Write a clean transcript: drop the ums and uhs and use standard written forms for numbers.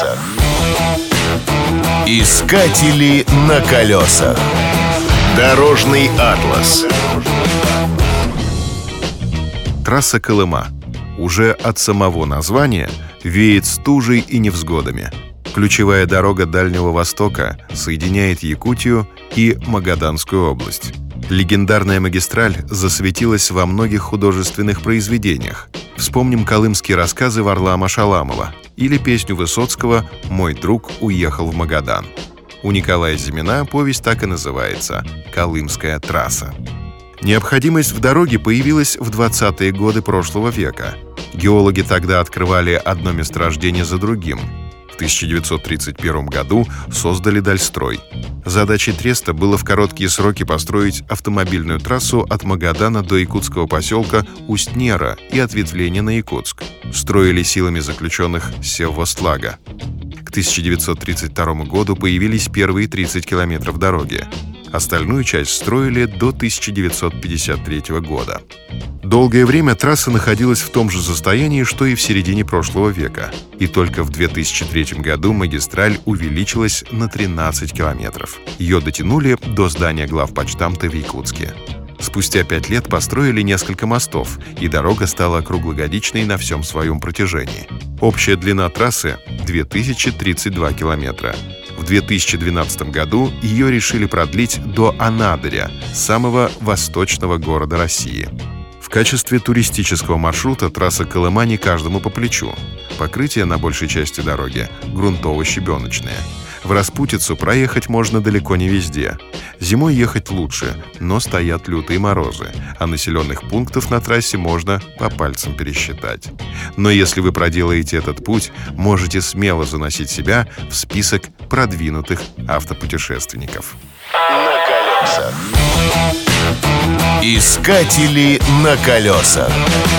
колесах». Искатели на колесах. Дорожный атлас. Трасса Колыма. Уже от самого названия веет стужей и невзгодами. Ключевая дорога Дальнего Востока соединяет Якутию и Магаданскую область. Легендарная магистраль засветилась во многих художественных произведениях. Вспомним колымские рассказы Варлама Шаламова или песню Высоцкого «Мой друг уехал в Магадан». У Николая Зимина повесть так и называется «Колымская трасса». Необходимость в дороге появилась в 20-е годы прошлого века. Геологи тогда открывали одно месторождение за другим. В 1931 году создали Дальстрой. Задачей треста было в короткие сроки построить автомобильную трассу от Магадана до якутского поселка Усть-Нера и ответвление на Якутск. Строили силами заключенных Севвостлага. К 1932 году появились первые 30 километров дороги. Остальную часть строили до 1953 года. Долгое время трасса находилась в том же состоянии, что и в середине прошлого века. И только в 2003 году магистраль увеличилась на 13 километров. Ее дотянули до здания главпочтамта в Якутске. Спустя 5 лет построили несколько мостов, и дорога стала круглогодичной на всем своем протяжении. Общая длина трассы — 2032 километра. В 2012 году ее решили продлить до Анадыря, самого восточного города России. В качестве туристического маршрута трасса Колыма не каждому по плечу. Покрытие на большей части дороги грунтово-щебеночное. В распутицу проехать можно далеко не везде. Зимой ехать лучше, но стоят лютые морозы, а населенных пунктов на трассе можно по пальцам пересчитать. Но если вы проделаете этот путь, можете смело заносить себя в список продвинутых автопутешественников. На колесах. Искатели на колесах.